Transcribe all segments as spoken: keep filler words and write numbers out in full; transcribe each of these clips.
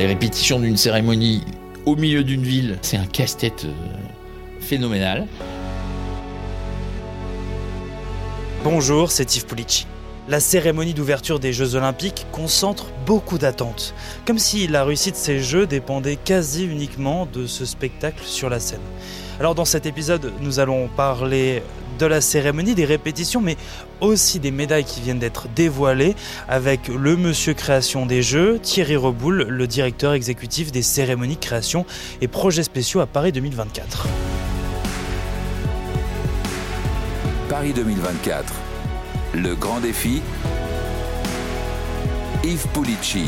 Les répétitions d'une cérémonie au milieu d'une ville, c'est un casse-tête euh, phénoménal. Bonjour, c'est Yves Pulici. La cérémonie d'ouverture des Jeux Olympiques concentre beaucoup d'attentes, comme si la réussite de ces Jeux dépendait quasi uniquement de ce spectacle sur la scène. Alors dans cet épisode, nous allons parler de la cérémonie, des répétitions, mais aussi des médailles qui viennent d'être dévoilées avec le monsieur création des Jeux, Thierry Reboul, le directeur exécutif des cérémonies création et projets spéciaux à Paris deux mille vingt-quatre. Paris deux mille vingt-quatre, le grand défi, Yves Pulici.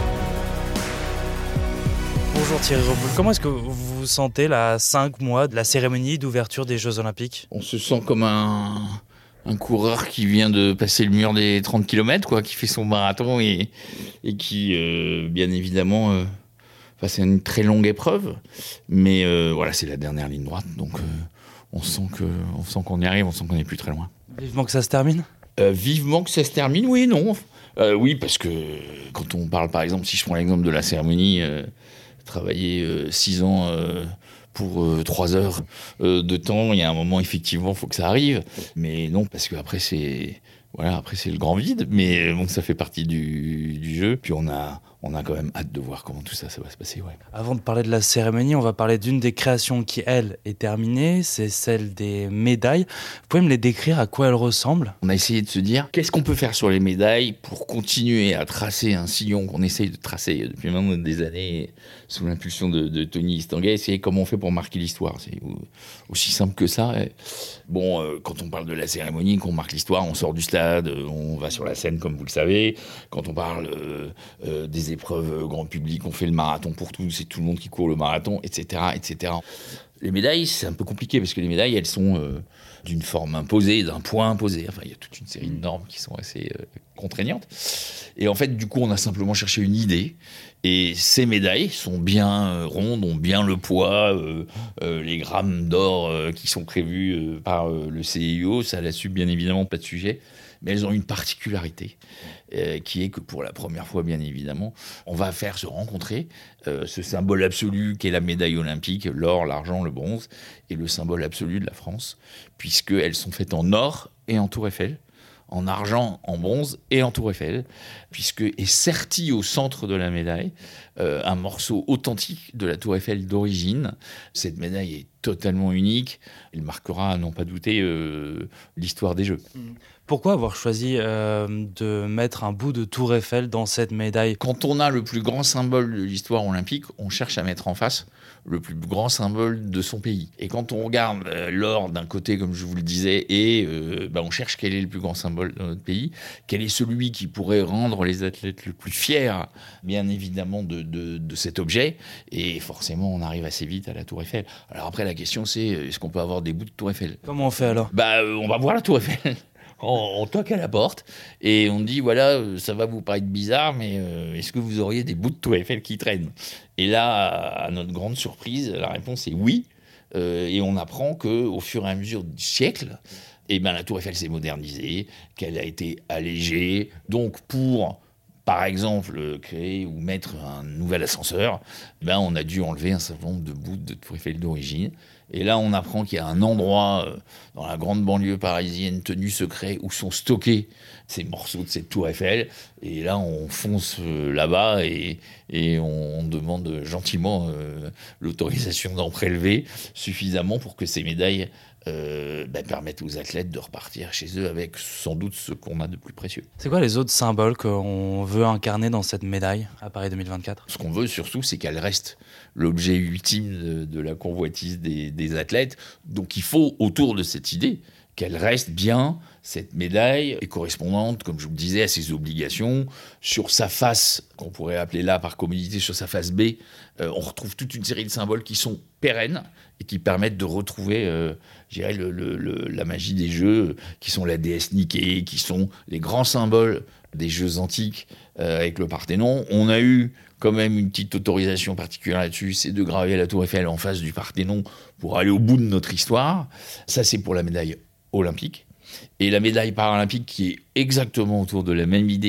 Bonjour Thierry Reboul, comment est-ce que vous vous sentez là, à cinq mois de la cérémonie d'ouverture des Jeux Olympiques ? On se sent comme un, un coureur qui vient de passer le mur des trente kilomètres, quoi, qui fait son marathon et, et qui, euh, bien évidemment, euh, enfin, c'est une très longue épreuve, mais euh, voilà, c'est la dernière ligne droite, donc euh, on sent que, on sent qu'on y arrive, on sent qu'on n'est plus très loin. Vivement que ça se termine ? Euh, vivement que ça se termine, oui, non. Euh, oui, parce que quand on parle, par exemple, si je prends l'exemple de la cérémonie, euh, travailler euh, six ans euh, pour euh, trois heures euh, de temps, il y a un moment, effectivement, il faut que ça arrive. Mais non, parce qu'après, c'est, voilà, après, c'est le grand vide. Mais bon, ça fait partie du, du jeu. Puis on a, on a quand même hâte de voir comment tout ça, ça va se passer. Ouais. Avant de parler de la cérémonie, on va parler d'une des créations qui, elle, est terminée. C'est celle des médailles. Vous pouvez me les décrire, à quoi elles ressemblent ? On a essayé de se dire, qu'est-ce qu'on peut faire sur les médailles pour continuer à tracer un sillon qu'on essaye de tracer depuis maintenant des années sous l'impulsion de, de Tony Estanguet. C'est comment on fait pour marquer l'histoire. C'est aussi simple que ça. Bon, euh, quand on parle de la cérémonie, qu'on marque l'histoire, on sort du stade, on va sur la scène, comme vous le savez. Quand on parle euh, euh, des épreuves grand public, on fait le marathon pour tous, c'est tout le monde qui court le marathon, et cetera, et cetera. Les médailles, c'est un peu compliqué parce que les médailles, elles sont euh, d'une forme imposée, d'un poids imposé. Enfin, il y a toute une série de normes qui sont assez euh, contraignantes. Et en fait, du coup, on a simplement cherché une idée. Et ces médailles sont bien euh, rondes, ont bien le poids, euh, euh, les grammes d'or euh, qui sont prévus euh, par euh, le C I O. Ça, là-dessus, bien évidemment, pas de sujet. Mais elles ont une particularité euh, qui est que pour la première fois, bien évidemment, on va faire se rencontrer euh, ce symbole absolu qu'est la médaille olympique, l'or, l'argent, le bronze, et le symbole absolu de la France, puisqu'elles sont faites en or et en tour Eiffel, en argent, en bronze et en tour Eiffel, puisque est serti au centre de la médaille euh, un morceau authentique de la tour Eiffel d'origine. Cette médaille est totalement unique. Elle marquera, à n'en pas douter, euh, l'histoire des Jeux. Pourquoi avoir choisi euh, de mettre un bout de tour Eiffel dans cette médaille ? Quand on a le plus grand symbole de l'histoire olympique, on cherche à mettre en face le plus grand symbole de son pays. Et quand on regarde euh, l'or d'un côté, comme je vous le disais, et euh, bah, on cherche quel est le plus grand symbole de notre pays, quel est celui qui pourrait rendre les athlètes le plus fiers, bien évidemment, de, de, de cet objet. Et forcément, on arrive assez vite à la tour Eiffel. Alors après, la question, c'est est-ce qu'on peut avoir des bouts de tour Eiffel ? Comment on fait alors ? Bah, euh, on va voir la tour Eiffel. On, on toque à la porte et on dit voilà, ça va vous paraître bizarre, mais euh, est-ce que vous auriez des bouts de tour Eiffel qui traînent ? Et là, à notre grande surprise, la réponse est oui. Euh, et on apprend qu'au fur et à mesure du siècle, eh ben, la tour Eiffel s'est modernisée, qu'elle a été allégée. Donc pour, par exemple, créer ou mettre un nouvel ascenseur, ben, on a dû enlever un certain nombre de bouts de tour Eiffel d'origine. Et là, on apprend qu'il y a un endroit euh, dans la grande banlieue parisienne tenu secret où sont stockés ces morceaux de cette tour Eiffel. Et là, on fonce euh, là-bas et, et on, on demande gentiment euh, l'autorisation d'en prélever suffisamment pour que ces médailles euh, bah, permettent aux athlètes de repartir chez eux avec sans doute ce qu'on a de plus précieux. C'est quoi les autres symboles qu'on veut incarner dans cette médaille à Paris deux mille vingt-quatre ? Ce qu'on veut surtout, c'est qu'elle reste l'objet ultime de, de la convoitise des, des athlètes. Donc il faut, autour de cette idée, qu'elle reste bien, cette médaille, et correspondante, comme je vous le disais, à ses obligations. Sur sa face, qu'on pourrait appeler là par commodité, sur sa face B, euh, on retrouve toute une série de symboles qui sont pérennes et qui permettent de retrouver, euh, je dirais, le, le, le, la magie des Jeux, qui sont la déesse Niké, qui sont les grands symboles des Jeux antiques euh, avec le Parthénon. On a eu quand même une petite autorisation particulière là-dessus, c'est de graver la tour Eiffel en face du Parthénon pour aller au bout de notre histoire. Ça, c'est pour la médaille olympique. Et la médaille paralympique qui est exactement autour de la même idée,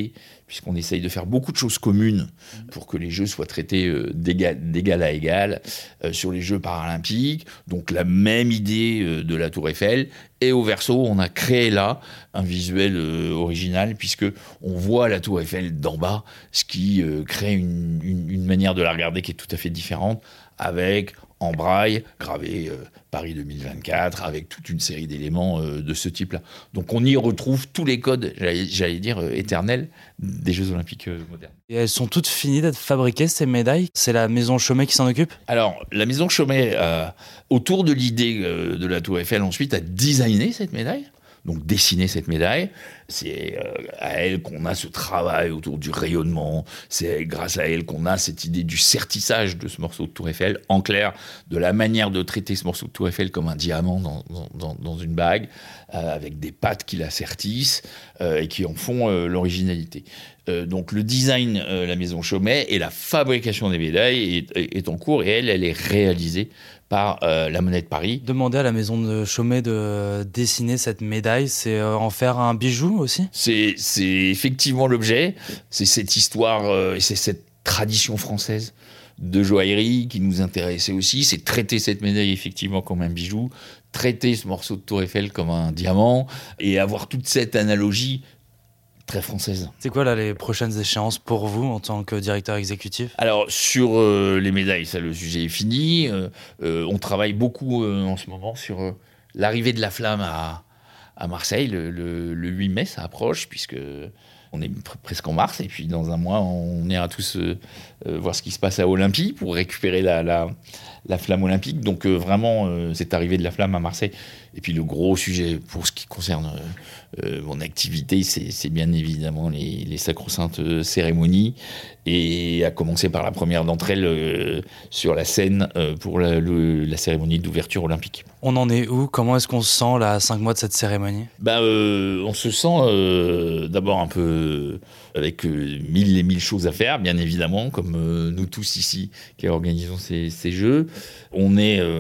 puisqu'on essaye de faire beaucoup de choses communes pour que les Jeux soient traités euh, d'égal, d'égal à égal euh, sur les Jeux paralympiques. Donc la même idée euh, de la Tour Eiffel. Et au verso, on a créé là un visuel euh, original, puisque on voit la Tour Eiffel d'en bas, ce qui euh, crée une, une, une manière de la regarder qui est tout à fait différente, avec en braille, gravé euh, Paris deux mille vingt-quatre, avec toute une série d'éléments euh, de ce type-là. Donc on y retrouve tous les codes, j'allais, j'allais dire, euh, éternels des Jeux Olympiques euh, modernes. Et elles sont toutes finies d'être fabriquées, ces médailles? C'est la maison Chaumet qui s'en occupe? Alors, la maison Chaumet, euh, autour de l'idée euh, de la Tour Eiffel, ensuite, a designé cette médaille. Donc dessiner cette médaille, c'est euh, à elle qu'on a ce travail autour du rayonnement, c'est grâce à elle qu'on a cette idée du sertissage de ce morceau de Tour Eiffel, en clair, de la manière de traiter ce morceau de Tour Eiffel comme un diamant dans, dans, dans une bague, euh, avec des pattes qui la sertissent euh, et qui en font euh, l'originalité. Euh, donc le design, euh, la maison Chaumet, et la fabrication des médailles est, est, est en cours, et elle, elle est réalisée par euh, la Monnaie de Paris. Demander à la maison de Chaumet de dessiner cette médaille, c'est euh, en faire un bijou aussi? C'est, c'est effectivement l'objet, c'est cette histoire, euh, et c'est cette tradition française de joaillerie qui nous intéressait aussi, c'est traiter cette médaille effectivement comme un bijou, traiter ce morceau de Tour Eiffel comme un diamant, et avoir toute cette analogie très française. C'est quoi là les prochaines échéances pour vous en tant que directeur exécutif? Alors sur euh, les médailles, ça le sujet est fini. Euh, euh, on travaille beaucoup euh, en ce moment sur euh, l'arrivée de la flamme à, à Marseille. Le, le, le huit mai, ça approche, puisque on est pr- presque en mars, et puis dans un mois, on ira tous euh, euh, voir ce qui se passe à Olympie pour récupérer la, la, la flamme olympique. Donc euh, vraiment, euh, cette arrivée de la flamme à Marseille. Et puis le gros sujet pour ce qui concerne euh, euh, mon activité, c'est, c'est bien évidemment les, les sacro-saintes cérémonies, et à commencer par la première d'entre elles euh, sur la scène euh, pour la, le, la cérémonie d'ouverture olympique. On en est où? Comment est-ce qu'on se sent là, à cinq mois de cette cérémonie? Ben, euh, on se sent euh, d'abord un peu avec euh, mille et mille choses à faire, bien évidemment, comme euh, nous tous ici qui organisons ces, ces jeux. On est euh,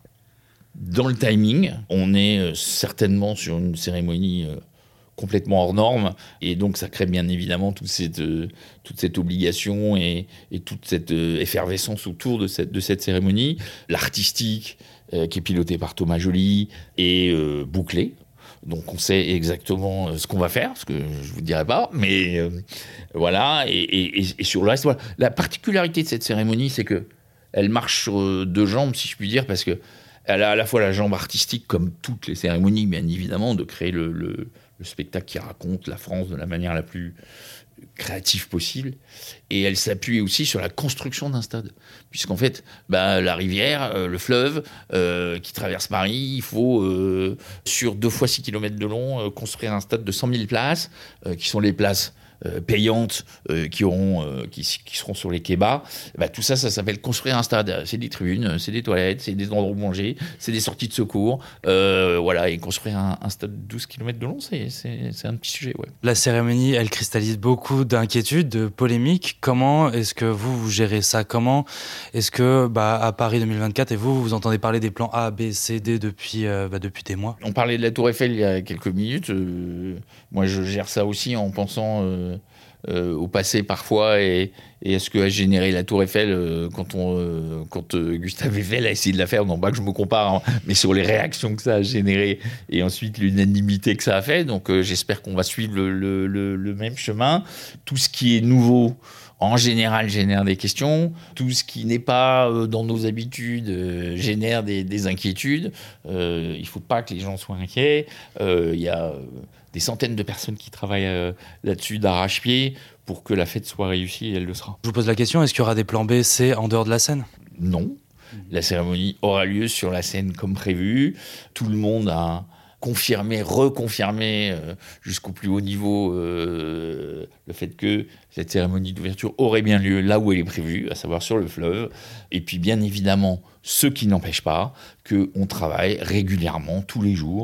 dans le timing, on est euh, certainement sur une cérémonie euh, complètement hors norme, et donc ça crée bien évidemment toute cette, euh, toute cette obligation et, et toute cette euh, effervescence autour de cette, de cette cérémonie. L'artistique, euh, qui est piloté par Thomas Joly, est euh, bouclé. Donc on sait exactement ce qu'on va faire, ce que je vous dirai pas, mais euh, voilà. Et, et, et sur le reste, voilà. La particularité de cette cérémonie, c'est que elle marche sur deux jambes, si je puis dire, parce que elle a à la fois la jambe artistique, comme toutes les cérémonies, bien évidemment, de créer le, le, le spectacle qui raconte la France de la manière la plus créative possible, et elle s'appuie aussi sur la construction d'un stade, puisqu'en fait bah, la rivière, euh, le fleuve euh, qui traverse Paris, il faut euh, sur deux fois six kilomètres de long euh, construire un stade de cent mille places, euh, qui sont les places Euh, payantes euh, qui, auront, euh, qui, qui seront sur les quais bas. Bah, tout ça, ça s'appelle construire un stade. C'est des tribunes, c'est des toilettes, c'est des endroits où manger, c'est des sorties de secours. Euh, voilà, et construire un, un stade de douze kilomètres de long, c'est, c'est, c'est un petit sujet. Ouais. La cérémonie, elle cristallise beaucoup d'inquiétudes, de polémiques. Comment est-ce que vous, vous gérez ça? Comment est-ce que, bah, à Paris deux mille vingt-quatre, et vous, vous entendez parler des plans A, B, C, D depuis, euh, bah, depuis des mois? On parlait de la Tour Eiffel il y a quelques minutes. Euh, moi, je gère ça aussi en pensant euh, Euh, au passé parfois, et, et à ce que a généré la Tour Eiffel euh, quand, on, euh, quand euh, Gustave Eiffel a essayé de la faire. Non pas que je me compare, hein, mais sur les réactions que ça a généré, et ensuite l'unanimité que ça a fait. Donc euh, j'espère qu'on va suivre le, le, le, le même chemin. Tout ce qui est nouveau, en général, génère des questions. Tout ce qui n'est pas euh, dans nos habitudes euh, génère des, des inquiétudes. Euh, il ne faut pas que les gens soient inquiets. Il euh, y a... Euh, des centaines de personnes qui travaillent euh, là-dessus d'arrache-pied pour que la fête soit réussie, et elle le sera. Je vous pose la question, est-ce qu'il y aura des plans B, C en dehors de la scène? Non. La cérémonie aura lieu sur la scène comme prévu. Tout le monde a confirmé, reconfirmé euh, jusqu'au plus haut niveau euh, le fait que cette cérémonie d'ouverture aurait bien lieu là où elle est prévue, à savoir sur le fleuve. Et puis bien évidemment, ce qui n'empêche pas qu'on travaille régulièrement, tous les jours,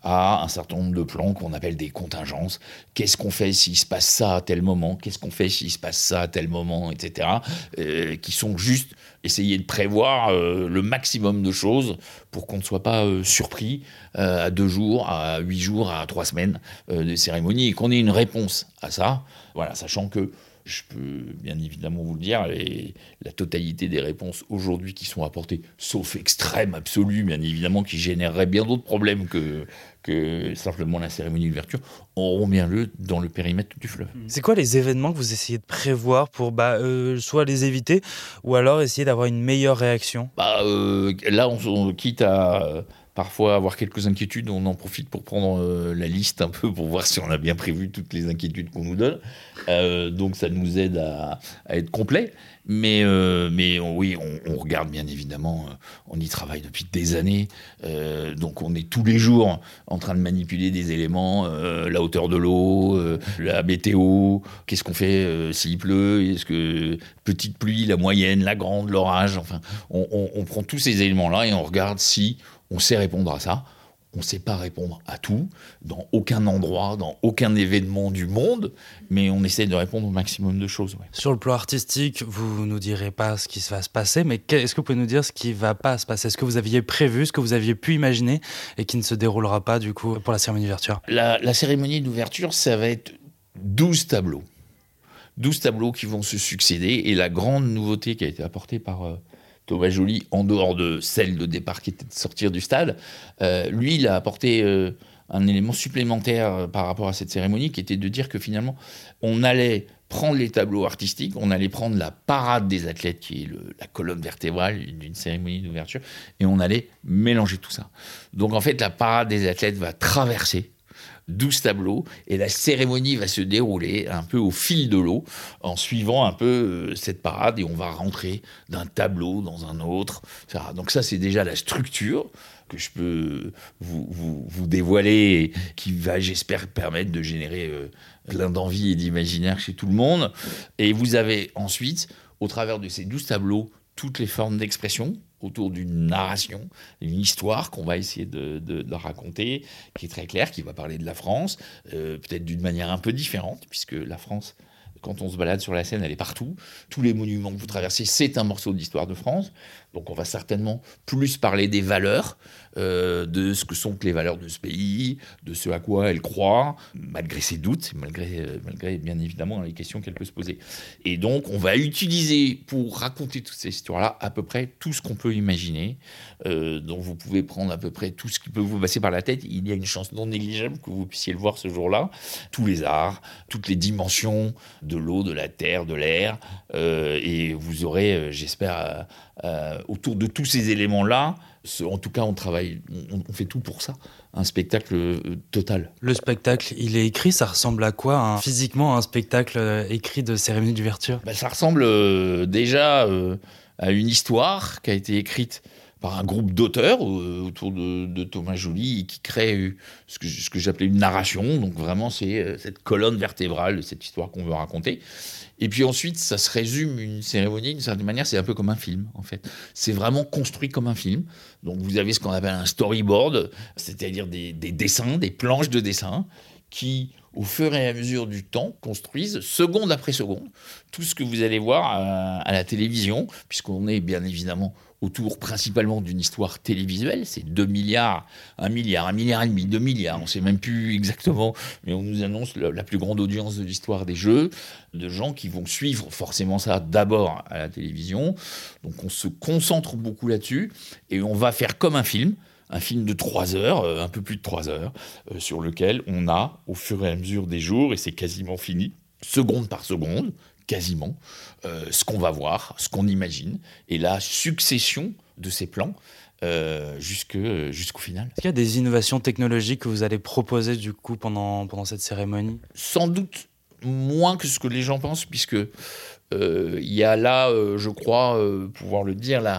à un certain nombre de plans qu'on appelle des contingences. Qu'est-ce qu'on fait s'il se passe ça à tel moment ? Qu'est-ce qu'on fait s'il se passe ça à tel moment, et cetera. Euh, qui sont juste essayer de prévoir euh, le maximum de choses pour qu'on ne soit pas euh, surpris euh, à deux jours, à huit jours, à trois semaines euh, de cérémonie, et qu'on ait une réponse à ça. Voilà, sachant que je peux bien évidemment vous le dire, les, la totalité des réponses aujourd'hui qui sont apportées, sauf extrême absolu, bien évidemment, qui générerait bien d'autres problèmes que, que simplement la cérémonie d'ouverture, auront bien lieu dans le périmètre du fleuve. C'est quoi les événements que vous essayez de prévoir pour bah, euh, soit les éviter, ou alors essayer d'avoir une meilleure réaction ? bah, euh, Là, on, on quitte à... Euh, parfois avoir quelques inquiétudes, on en profite pour prendre euh, la liste un peu pour voir si on a bien prévu toutes les inquiétudes qu'on nous donne. Euh, donc ça nous aide à, à être complet. Mais, euh, mais on, oui, on, on regarde bien évidemment, euh, on y travaille depuis des années. Euh, donc on est tous les jours en train de manipuler des éléments, euh, la hauteur de l'eau, euh, la météo, qu'est-ce qu'on fait euh, s'il pleut, est-ce que petite pluie, la moyenne, la grande, l'orage, enfin on, on, on prend tous ces éléments-là et on regarde si on sait répondre à ça. On ne sait pas répondre à tout, dans aucun endroit, dans aucun événement du monde, mais on essaie de répondre au maximum de choses. Ouais. Sur le plan artistique, vous ne nous direz pas ce qui va se passer, mais est-ce que vous pouvez nous dire ce qui ne va pas se passer ? Est-ce que vous aviez prévu, ce que vous aviez pu imaginer et qui ne se déroulera pas du coup pour la cérémonie d'ouverture ? La, la cérémonie d'ouverture, ça va être douze tableaux. douze tableaux qui vont se succéder, et la grande nouveauté qui a été apportée par... Euh, Thomas Joly, en dehors de celle de départ qui était de sortir du stade, euh, lui, il a apporté euh, un élément supplémentaire euh, par rapport à cette cérémonie, qui était de dire que finalement, on allait prendre les tableaux artistiques, on allait prendre la parade des athlètes, qui est le, la colonne vertébrale d'une cérémonie d'ouverture, et on allait mélanger tout ça. Donc en fait, la parade des athlètes va traverser douze tableaux, et la cérémonie va se dérouler un peu au fil de l'eau, en suivant un peu euh, cette parade, et on va rentrer d'un tableau dans un autre. Donc ça, c'est déjà la structure que je peux vous, vous, vous dévoiler, qui va, j'espère, permettre de générer euh, plein d'envie et d'imaginaire chez tout le monde. Et vous avez ensuite, au travers de ces douze tableaux, toutes les formes d'expression autour d'une narration, une histoire qu'on va essayer de, de, de raconter, qui est très claire, qui va parler de la France, euh, peut-être d'une manière un peu différente, puisque la France, quand on se balade sur la Seine, elle est partout. Tous les monuments que vous traversez, c'est un morceau d'histoire de France. Donc on va certainement plus parler des valeurs, euh, de ce que sont les valeurs de ce pays, de ce à quoi elle croit, malgré ses doutes, malgré, euh, malgré bien évidemment les questions qu'elle peut se poser. Et donc on va utiliser pour raconter toutes ces histoires-là à peu près tout ce qu'on peut imaginer. Euh, donc vous pouvez prendre à peu près tout ce qui peut vous passer par la tête. Il y a une chance non négligeable que vous puissiez le voir ce jour-là. Tous les arts, toutes les dimensions de l'eau, de la terre, de l'air. Euh, et vous aurez, euh, j'espère... Euh, autour de tous ces éléments-là, ce, en tout cas, on travaille, on, on fait tout pour ça, un spectacle euh, total. Le spectacle, il est écrit, ça ressemble à quoi, hein, physiquement, un spectacle euh, écrit de cérémonie d'ouverture ? Ben, ça ressemble euh, déjà euh, à une histoire qui a été écrite par un groupe d'auteurs euh, autour de, de Thomas Joly, qui crée euh, ce que, ce que j'appelais une narration. Donc vraiment, c'est euh, cette colonne vertébrale de cette histoire qu'on veut raconter. Et puis ensuite, ça se résume, une cérémonie, d'une certaine manière, c'est un peu comme un film, en fait. C'est vraiment construit comme un film. Donc vous avez ce qu'on appelle un storyboard, c'est-à-dire des, des dessins, des planches de dessins, qui, au fur et à mesure du temps, construisent, seconde après seconde, tout ce que vous allez voir à, à la télévision, puisqu'on est bien évidemment autour principalement d'une histoire télévisuelle. C'est deux milliards, un milliard, un milliard et demi, deux milliards, on ne sait même plus exactement, mais on nous annonce la, la plus grande audience de l'histoire des Jeux, de gens qui vont suivre forcément ça d'abord à la télévision. Donc on se concentre beaucoup là-dessus, et on va faire comme un film, un film de trois heures, euh, un peu plus de trois heures, euh, sur lequel on a, au fur et à mesure des jours, et c'est quasiment fini, seconde par seconde, quasiment, euh, ce qu'on va voir, ce qu'on imagine, et la succession de ces plans euh, jusque, jusqu'au final. Est-ce qu'il y a des innovations technologiques que vous allez proposer du coup pendant, pendant cette cérémonie ? Sans doute moins que ce que les gens pensent, puisque euh, il y a là, euh, je crois, euh, pouvoir le dire, la,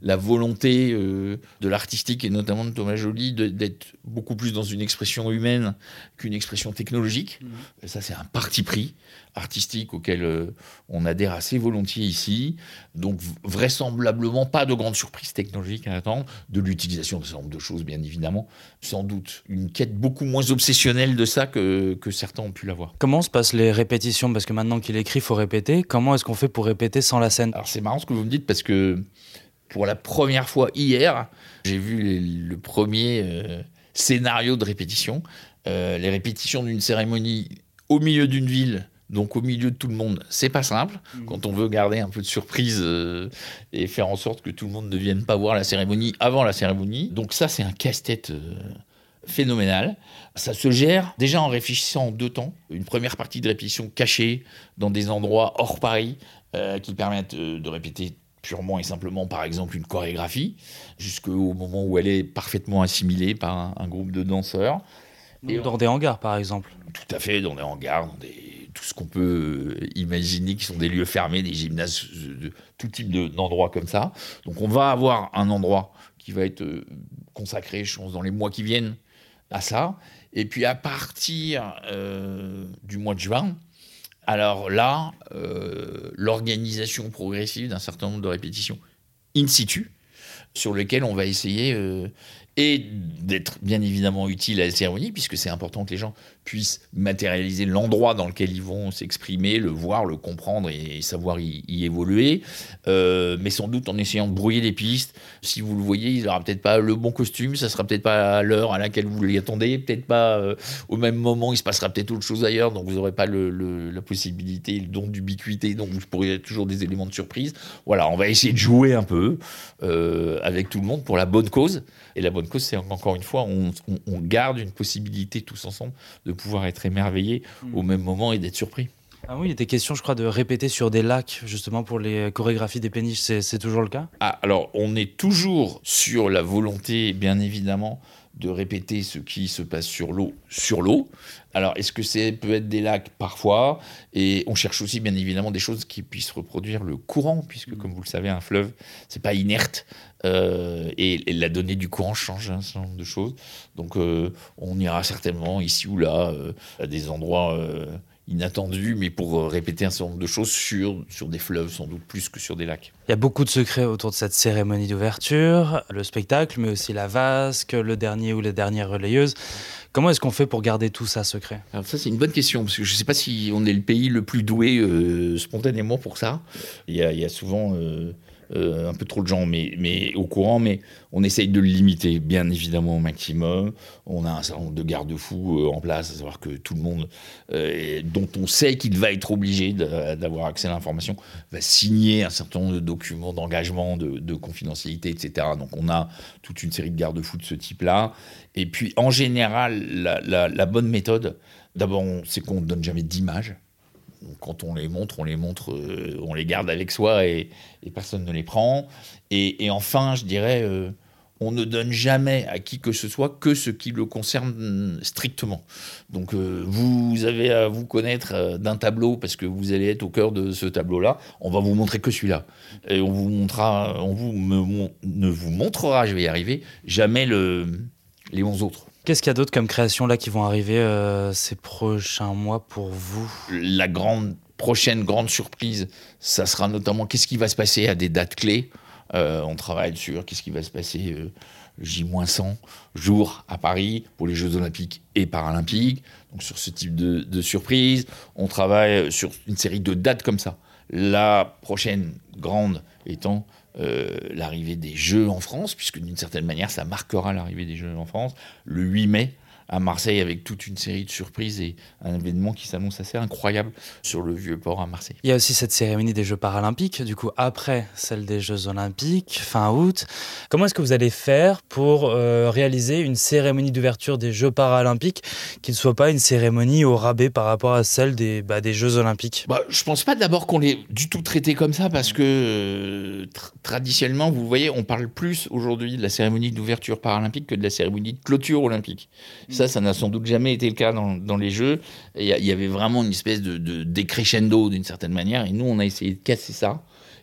la volonté euh, de l'artistique et notamment de Thomas Joly de, d'être beaucoup plus dans une expression humaine qu'une expression technologique. Mmh. Et ça, c'est un parti pris artistique auquel euh, on adhère assez volontiers ici. Donc, vraisemblablement, pas de grande surprise technologique à attendre. De l'utilisation d'un certain nombre de choses, bien évidemment. Sans doute une quête beaucoup moins obsessionnelle de ça que, que certains ont pu l'avoir. Comment se passent les répétitions ? Parce que maintenant qu'il écrit, il faut répéter. Comment est-ce qu'on fait pour répéter sans la scène ? Alors, c'est marrant ce que vous me dites parce que pour la première fois hier, j'ai vu les, le premier euh, scénario de répétition. Euh, les répétitions d'une cérémonie au milieu d'une ville, donc au milieu de tout le monde, c'est pas simple. Mmh. Quand on veut garder un peu de surprise euh, et faire en sorte que tout le monde ne vienne pas voir la cérémonie avant la cérémonie. Donc ça, c'est un casse-tête euh, phénoménal. Ça se gère déjà en réfléchissant en deux temps. Une première partie de répétition cachée dans des endroits hors Paris euh, qui permettent euh, de répéter purement et simplement, par exemple, une chorégraphie, jusqu'au moment où elle est parfaitement assimilée par un, un groupe de danseurs. Et dans on... des hangars, par exemple. Tout à fait, dans des hangars, dans des... tout ce qu'on peut imaginer qui sont des lieux fermés, des gymnases, de tout type de, d'endroits comme ça. Donc on va avoir un endroit qui va être consacré, je pense, dans les mois qui viennent à ça. Et puis à partir euh, du mois de juin, alors là, euh, l'organisation progressive d'un certain nombre de répétitions in situ, sur lesquelles on va essayer euh, et d'être bien évidemment utile à la cérémonie, puisque c'est important que les gens puissent matérialiser l'endroit dans lequel ils vont s'exprimer, le voir, le comprendre et, et savoir y, y évoluer, euh, mais sans doute en essayant de brouiller les pistes. Si vous le voyez, il n'aura peut-être pas le bon costume, ça sera peut-être pas à l'heure à laquelle vous l'y attendez, peut-être pas euh, au même moment, il se passera peut-être autre chose ailleurs, donc vous n'aurez pas le, le, la possibilité, le don d'ubiquité, donc vous pourrez toujours des éléments de surprise. Voilà, on va essayer de jouer un peu euh, avec tout le monde pour la bonne cause. Et la bonne cause, c'est encore une fois, on, on, on garde une possibilité tous ensemble de pouvoir être émerveillés mmh. au même moment et d'être surpris. Ah oui, il était question, je crois, de répéter sur des lacs, justement, pour les chorégraphies des péniches. C'est, c'est toujours le cas ? Ah, alors, on est toujours sur la volonté, bien évidemment, de répéter ce qui se passe sur l'eau, sur l'eau. Alors, est-ce que ça peut être des lacs ? Parfois. Et on cherche aussi, bien évidemment, des choses qui puissent reproduire le courant, puisque, comme vous le savez, un fleuve, c'est pas inerte. Euh, et, et la donnée du courant change un certain nombre de choses. Donc, euh, on ira certainement ici ou là euh, à des endroits euh, inattendus, mais pour euh, répéter un certain nombre de choses sur, sur des fleuves, sans doute plus que sur des lacs. Il y a beaucoup de secrets autour de cette cérémonie d'ouverture, le spectacle, mais aussi la vasque, le dernier ou la dernière relayeuse. Comment est-ce qu'on fait pour garder tout ça secret ? Alors ça, c'est une bonne question, parce que je ne sais pas si on est le pays le plus doué euh, spontanément pour ça. Il y a, il y a souvent euh, euh, un peu trop de gens mais, mais, au courant, mais on essaye de le limiter, bien évidemment, au maximum. On a un certain nombre de garde-fous euh, en place, à savoir que tout le monde, euh, dont on sait qu'il va être obligé de, d'avoir accès à l'information, va signer un certain nombre de documents d'engagement, de, de confidentialité, et cetera. Donc on a toute une série de garde-fous de ce type-là. Et puis, en général, la, la, la bonne méthode, d'abord, on, c'est qu'on ne donne jamais d'images. Donc, quand on les montre, on les montre, euh, on les garde avec soi et, et personne ne les prend. Et, et enfin, je dirais, euh, on ne donne jamais à qui que ce soit que ce qui le concerne strictement. Donc, euh, vous avez à vous connaître euh, d'un tableau parce que vous allez être au cœur de ce tableau-là. On va vous montrer que celui-là. Et on vous montrera, on vous, me, ne vous montrera, je vais y arriver, jamais le... les onze autres. Qu'est-ce qu'il y a d'autre comme créations là qui vont arriver euh, ces prochains mois pour vous ? La grande, prochaine grande surprise, ça sera notamment qu'est-ce qui va se passer à des dates clés. Euh, on travaille sur qu'est-ce qui va se passer euh, J cent jours à Paris pour les Jeux Olympiques et Paralympiques. Donc sur ce type de, de surprise, on travaille sur une série de dates comme ça. La prochaine grande étant Euh, l'arrivée des Jeux en France, puisque d'une certaine manière, ça marquera l'arrivée des Jeux en France, le huit mai, à Marseille, avec toute une série de surprises et un événement qui s'annonce assez incroyable sur le Vieux-Port à Marseille. Il y a aussi cette cérémonie des Jeux Paralympiques, du coup après celle des Jeux Olympiques, fin août. Comment est-ce que vous allez faire pour euh, réaliser une cérémonie d'ouverture des Jeux Paralympiques qui ne soit pas une cérémonie au rabais par rapport à celle des, bah, des Jeux Olympiques ? Bah, je ne pense pas d'abord qu'on l'ait du tout traité comme ça, parce que euh, tra- traditionnellement, vous voyez, on parle plus aujourd'hui de la cérémonie d'ouverture paralympique que de la cérémonie de clôture olympique. Ça, ça n'a sans doute jamais été le cas dans, dans les Jeux. Il y, y avait vraiment une espèce de, de décrescendo d'une certaine manière. Et nous, on a essayé de casser ça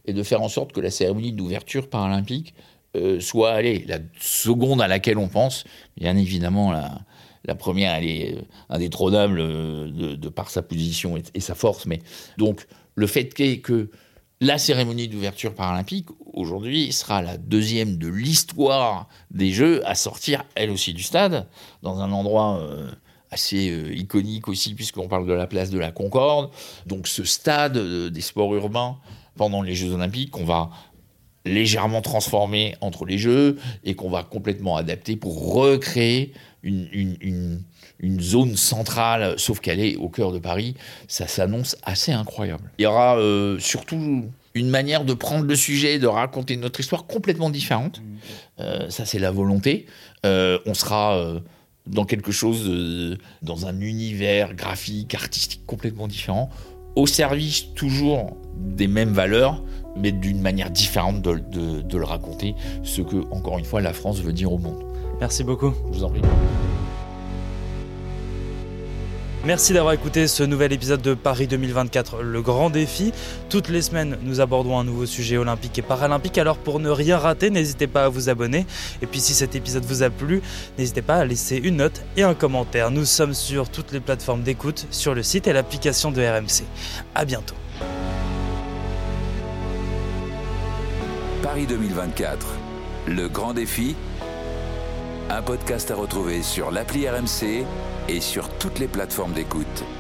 et de faire en sorte que la cérémonie d'ouverture paralympique euh, soit, allez, la seconde à laquelle on pense. Bien évidemment, la, la première, elle est indétrônable de, de par sa position et, et sa force. Mais donc, le fait que la cérémonie d'ouverture paralympique, aujourd'hui, sera la deuxième de l'histoire des Jeux à sortir, elle aussi, du stade, dans un endroit euh, assez euh, iconique aussi, puisqu'on parle de la place de la Concorde. Donc ce stade euh, des sports urbains, pendant les Jeux Olympiques, qu'on va légèrement transformer entre les Jeux et qu'on va complètement adapter pour recréer une, une, une, une zone centrale, sauf qu'elle est au cœur de Paris. Ça s'annonce assez incroyable. Il y aura euh, surtout une manière de prendre le sujet, de raconter notre histoire complètement différente. Euh, ça, c'est la volonté. Euh, on sera euh, dans quelque chose, de, dans un univers graphique, artistique complètement différent, au service toujours des mêmes valeurs, mais d'une manière différente de, de, de le raconter, ce que, encore une fois, la France veut dire au monde. Merci beaucoup. Je vous en prie. Merci d'avoir écouté ce nouvel épisode de Paris deux mille vingt-quatre, le grand défi. Toutes les semaines, nous abordons un nouveau sujet olympique et paralympique. Alors pour ne rien rater, n'hésitez pas à vous abonner. Et puis si cet épisode vous a plu, n'hésitez pas à laisser une note et un commentaire. Nous sommes sur toutes les plateformes d'écoute, sur le site et l'application de R M C. À bientôt. Paris deux mille vingt-quatre, le grand défi. Un podcast à retrouver sur l'appli R M C et sur toutes les plateformes d'écoute.